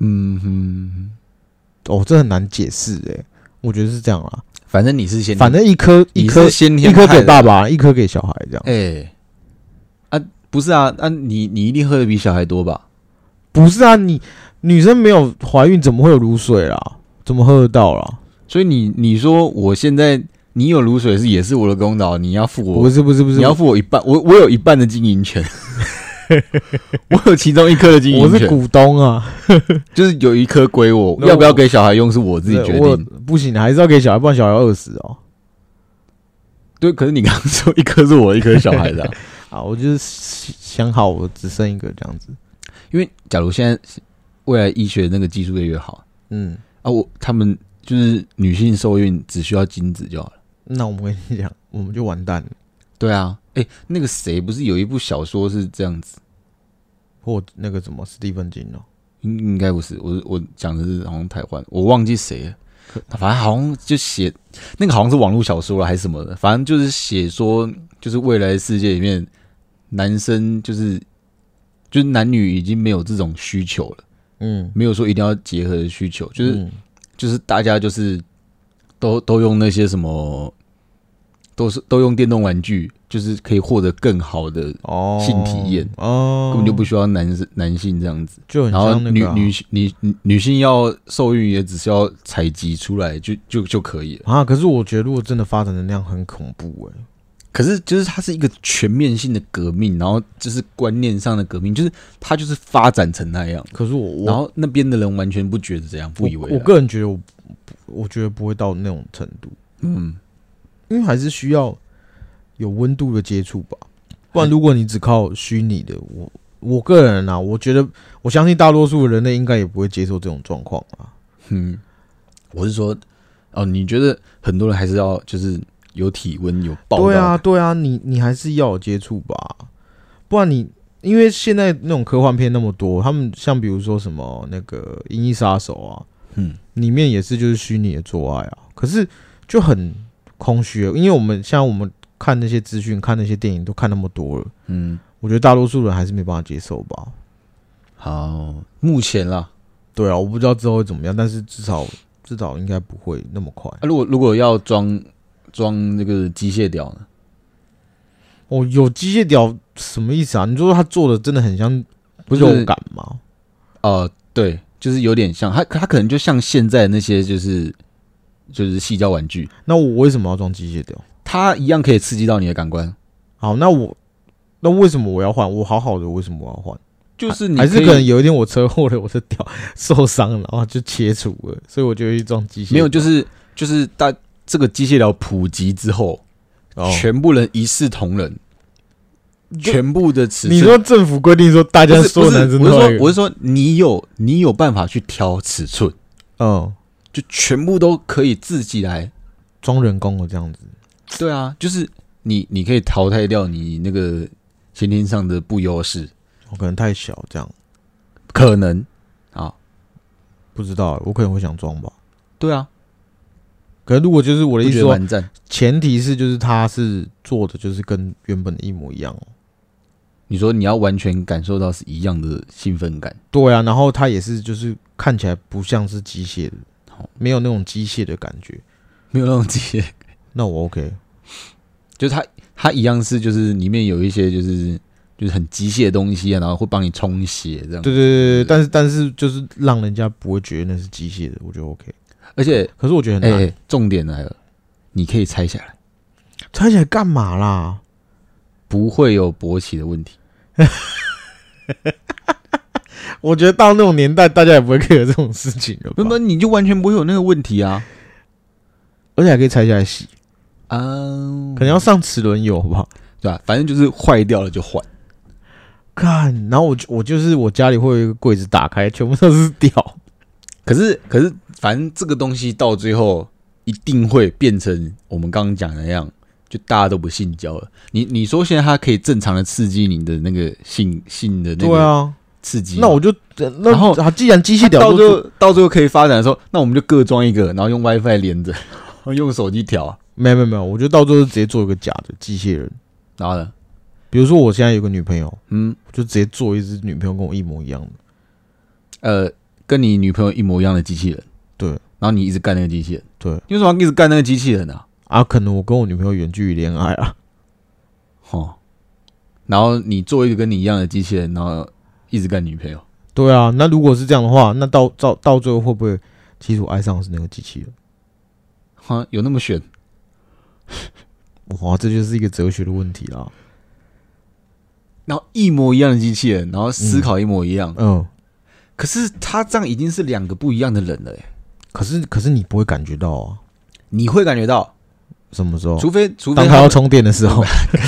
这很难解释我觉得是这样啦。 反正你是先， 反正一颗给爸爸，一颗给小孩，这样。 不是啊，你一定喝的比小孩多吧？ 不是啊，你女生没有怀孕怎么会有乳水啦？怎么喝得到啦？ 所以你说我现在。你有乳水也是我的功劳，你要付我不是， 你要付我一半，我有一半的经营权。 我有其中一颗的经营权， 我是股东啊， 就是有一颗归我，要不要给小孩用是我自己决定。 不行，还是要给小孩，不然小孩要饿死哦。 对，可是你刚刚说一颗是我，一颗是小孩的啊，我就是想好，我只剩一个这样子。 因为假如现在未来医学那个技术越好，他们就是女性受孕只需要精子就好了。那我们跟你讲，我们就完蛋了。 对啊，那个谁不是有一部小说是这样子， 或那个什么史蒂芬金哦？ 应该不是，我讲的是好像台湾，我忘记谁了。反正好像就写那个好像是网络小说了还是什么的，反正就是写说，就是未来的世界里面，男生就是男女已经没有这种需求了，没有说一定要结合的需求，就是大家就是都用那些什么。都用电动玩具，就是可以获得更好的性体验，根本就不需要男性这样子。 就很像那个女性要受孕也只是要采集出来就可以了啊。可是我觉得如果真的发展的那样很恐怖可是就是它是一个全面性的革命，然后就是观念上的革命，就是它就是发展成那样。 可是然后那边的人完全不觉得这样，不以为然。 我个人觉得我觉得不会到那种程度。因为还是需要有温度的接触吧，不然如果你只靠虚拟的，我个人啊，我觉得我相信大多数的人类应该也不会接受这种状况啊。 我是说，你觉得很多人还是要就是有体温有抱到？对啊，你还是要有接触吧，不然因为现在那种科幻片那么多，他们像比如说什么那个《银翼杀手》啊，里面也是就是虚拟的做爱啊，可是就很空虚，因为我们看那些资讯、看那些电影都看那么多了，我觉得大多数人还是没办法接受吧。 好，目前啦， 对啊，我不知道之后会怎么样，但是至少应该不会那么快。 如果要装那个机械屌呢？ 有机械屌什么意思啊？你说他做的真的很像肉感吗？ 对，就是有点像，他可能就像现在那些就是矽胶玩具。 那我为什么要装机械屌？ 它一样可以刺激到你的感官。 好，那为什么我要换？我好好的，为什么我要换？ 就是你还是可能有一天我车祸了，我的屌受伤了，然后就切除了，所以我就会去装机械屌。 没有，就是这个机械屌普及之后，全部人一视同仁，全部的尺寸。 你说政府规定说大家所有男生都要， 我是说你有办法去挑尺寸，就全部都可以自己来装人工的这样子。 对啊，就是你可以淘汰掉你那个先天上的不优势， 可能太小这样， 可能啊， 不知道，我可能会想装吧。 对啊， 可是如果就是我的意思说，前提是就是他是做的就是跟原本的一模一样。 你说你要完全感受到是一样的兴奋感， 对啊，然后他也是就是看起来不像是机械的，没有那种机械的感觉， 没有那种机械。 那我 OK， 就是它一样是就是里面有一些就是很机械的东西啊，然后会帮你充血这样。 对，但是就是让人家不会觉得那是机械的，我觉得 OK。 而且可是我觉得很难。 重点来了，你可以拆下来， 拆起来干嘛啦？ 不会有勃起的问题。 我觉得到那种年代，大家也不会 care 这种事情了吧？ 不，你就完全不会有那个问题啊， 而且还可以拆下来洗。可能要上齿轮油吧， 对吧？反正就是坏掉了就换。 看，然后我就是我家里会有一个柜子打开，全部都是屌。 可是，反正这个东西到最后一定会变成我们刚刚讲的那样，就大家都不性交了。你说现在它可以正常的刺激你的那个性的那个刺激， 那我就然后既然机械屌到最后可以发展的时候，那我们就各装一个，然后用 WiFi 连着，用手机调。 没有，我觉得到最后直接做一个假的机械人。 然后呢， 比如说我现在有个女朋友，就直接做一只女朋友跟我一模一样的，跟你女朋友一模一样的机器人， 对， 然后你一直干那个机器人， 对， 你为什么要一直干那个机器人啊？ 可能我跟我女朋友远距离恋爱啊， 然后你做一个跟你一样的机器人，然后一直干女朋友， 对啊，那如果是这样的话，那到最后会不会其实我爱上的是那个机器人？ 有那么选？ 哇，这就是一个哲学的问题啦。 然后一模一样的机器人，然后思考一模一样。可是他这样已经是2个不一样的人了。可是你不会感觉到啊？ 你会感觉到什么时候？ 除非当他要充电的时候，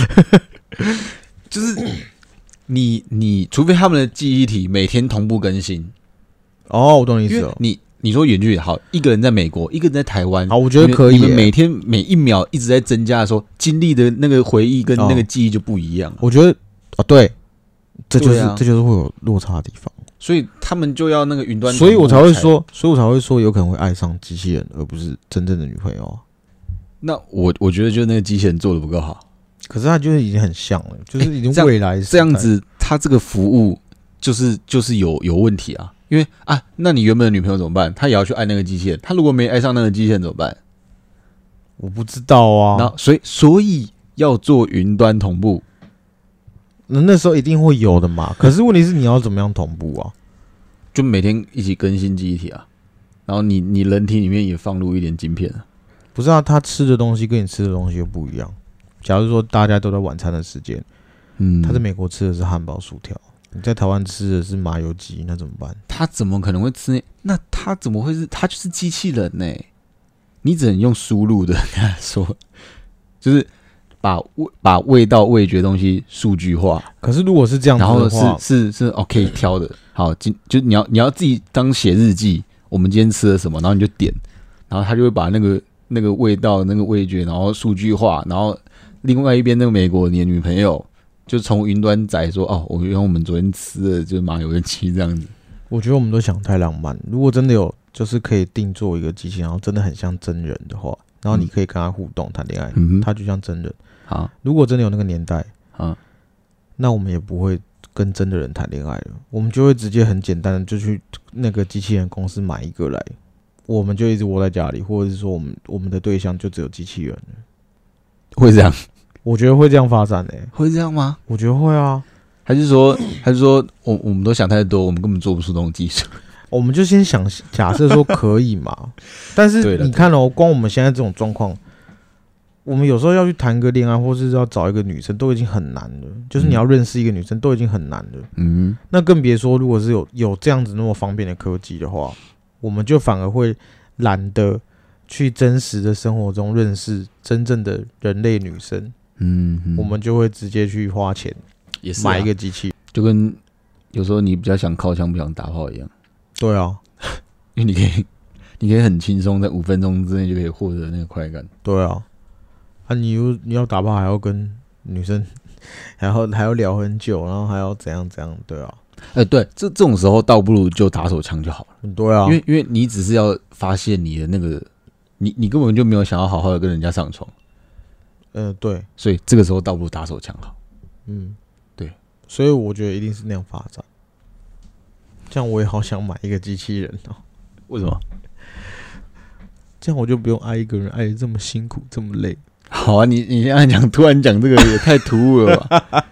就是你除非他们的记忆体每天同步更新。 我懂你意思了。 你说远距离好，一个人在美国，一个人在台湾， 好，我觉得可以。 你们每天每一秒一直在增加的时候，经历的那个回忆跟那个记忆就不一样。 我觉得对，这就是会有落差的地方。 所以他们就要那个云端， 所以我才会说，有可能会爱上机器人，而不是真正的女朋友。 那我觉得就是那个机器人做的不够好， 可是它就是已经很像了，就是已经未来这样子，它这个服务就是有问题啊。因为那你原本的女朋友怎么办？她也要去爱那个机器人，她如果没爱上那个机器人怎么办？ 我不知道啊。 然后所以要做云端同步， 那时候一定会有的嘛。可是问题是你要怎么样同步啊？ 就每天一起更新记忆体啊，然后你人体里面也放入一点晶片啊。 不是啊，他吃的东西跟你吃的东西又不一样。假如说大家都在晚餐的时间，他在美国吃的是汉堡、薯条。你在台湾吃的是麻油鸡，那怎么办？ 他怎么可能会吃？那他怎么会是？他就是机器人呢？你只能用输入的跟他说，就是把味道、味觉的东西数据化。 可是如果是这样子的话， 然后是可以挑的。好，就你要自己当写日记，我们今天吃了什么，然后你就点，然后他就会把那个味道、那个味觉，然后数据化，然后另外一边那个美国你的女朋友。就从云端载说原来我们昨天吃的就是麻油鸡这样子。 我觉得我们都想太浪漫。如果真的有就是可以定做一个机器人，然后真的很像真人的话，然后你可以跟他互动谈恋爱，他就像真人。如果真的有那个年代，那我们也不会跟真的人谈恋爱了，我们就会直接很简单的就去那个机器人公司买一个来，我们就一直窝在家里，或者是说我们的对象就只有机器人了。 会这样？ 我觉得会这样发展会这样吗？ 我觉得会啊。 还是说我们都想太多，我们根本做不出这种技术。 我们就先假设说可以嘛。但是你看光我们现在这种状况，我们有时候要去谈个恋爱，或是要找一个女生，都已经很难了。就是你要认识一个女生，都已经很难了。那更别说如果是有这样子那么方便的科技的话，我们就反而会懒得去真实的生活中认识真正的人类女生。我们就会直接去花钱买一个机器， 就跟有时候你比较想靠枪不想打炮一样。 对啊， 因为你可以很轻松在5分钟之内就可以获得那个快感。 对啊，你要打炮还要跟女生还要聊很久，然后还要怎样，对啊。 对，这种时候倒不如就打手枪就好了。 对啊， 因为你只是要发现你的那个，你根本就没有想要好好的跟人家上床。 对， 所以这个时候倒不如打手枪好。对， 所以我觉得一定是那样发展。这样我也好想买一个机器人哦。 为什么？ 这样我就不用爱一个人爱得这么辛苦这么累。 好啊，你现在突然讲这个也太突兀了吧？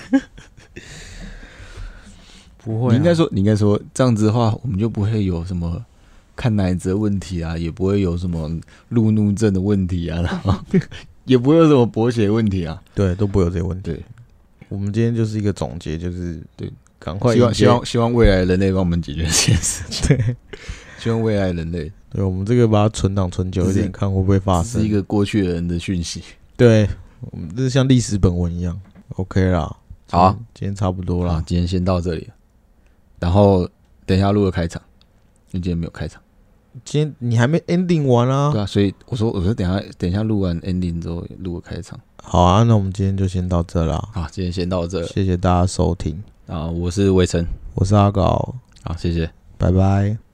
不会、 你应该说这样子的话，我们就不会有什么看奶子的问题啊，也不会有什么路怒症的问题啊，然后也不会有什么勃起的问题啊。 对，都不会有这些问题。 对， 我们今天就是一个总结，就是对， 赶快希望未来人类帮我们解决这件事情。 对， 希望未来人类。 对，我们这个把它存档存久一点，看会不会发生。 是一个过去的人的讯息。 对，我们这是像历史本文一样。OK 啦，好，今天差不多啦， 今天先到这里。然后等一下录个开场，因为今天没有开场。 今天你还没 ending 完啊？ 对啊，所以我说等一下录完 ending 之后录个开场。 好啊，那我们今天就先到这啦。 好，今天先到这， 谢谢大家收听啊！我是伟成， 我是阿搞， 好，谢谢， 拜拜。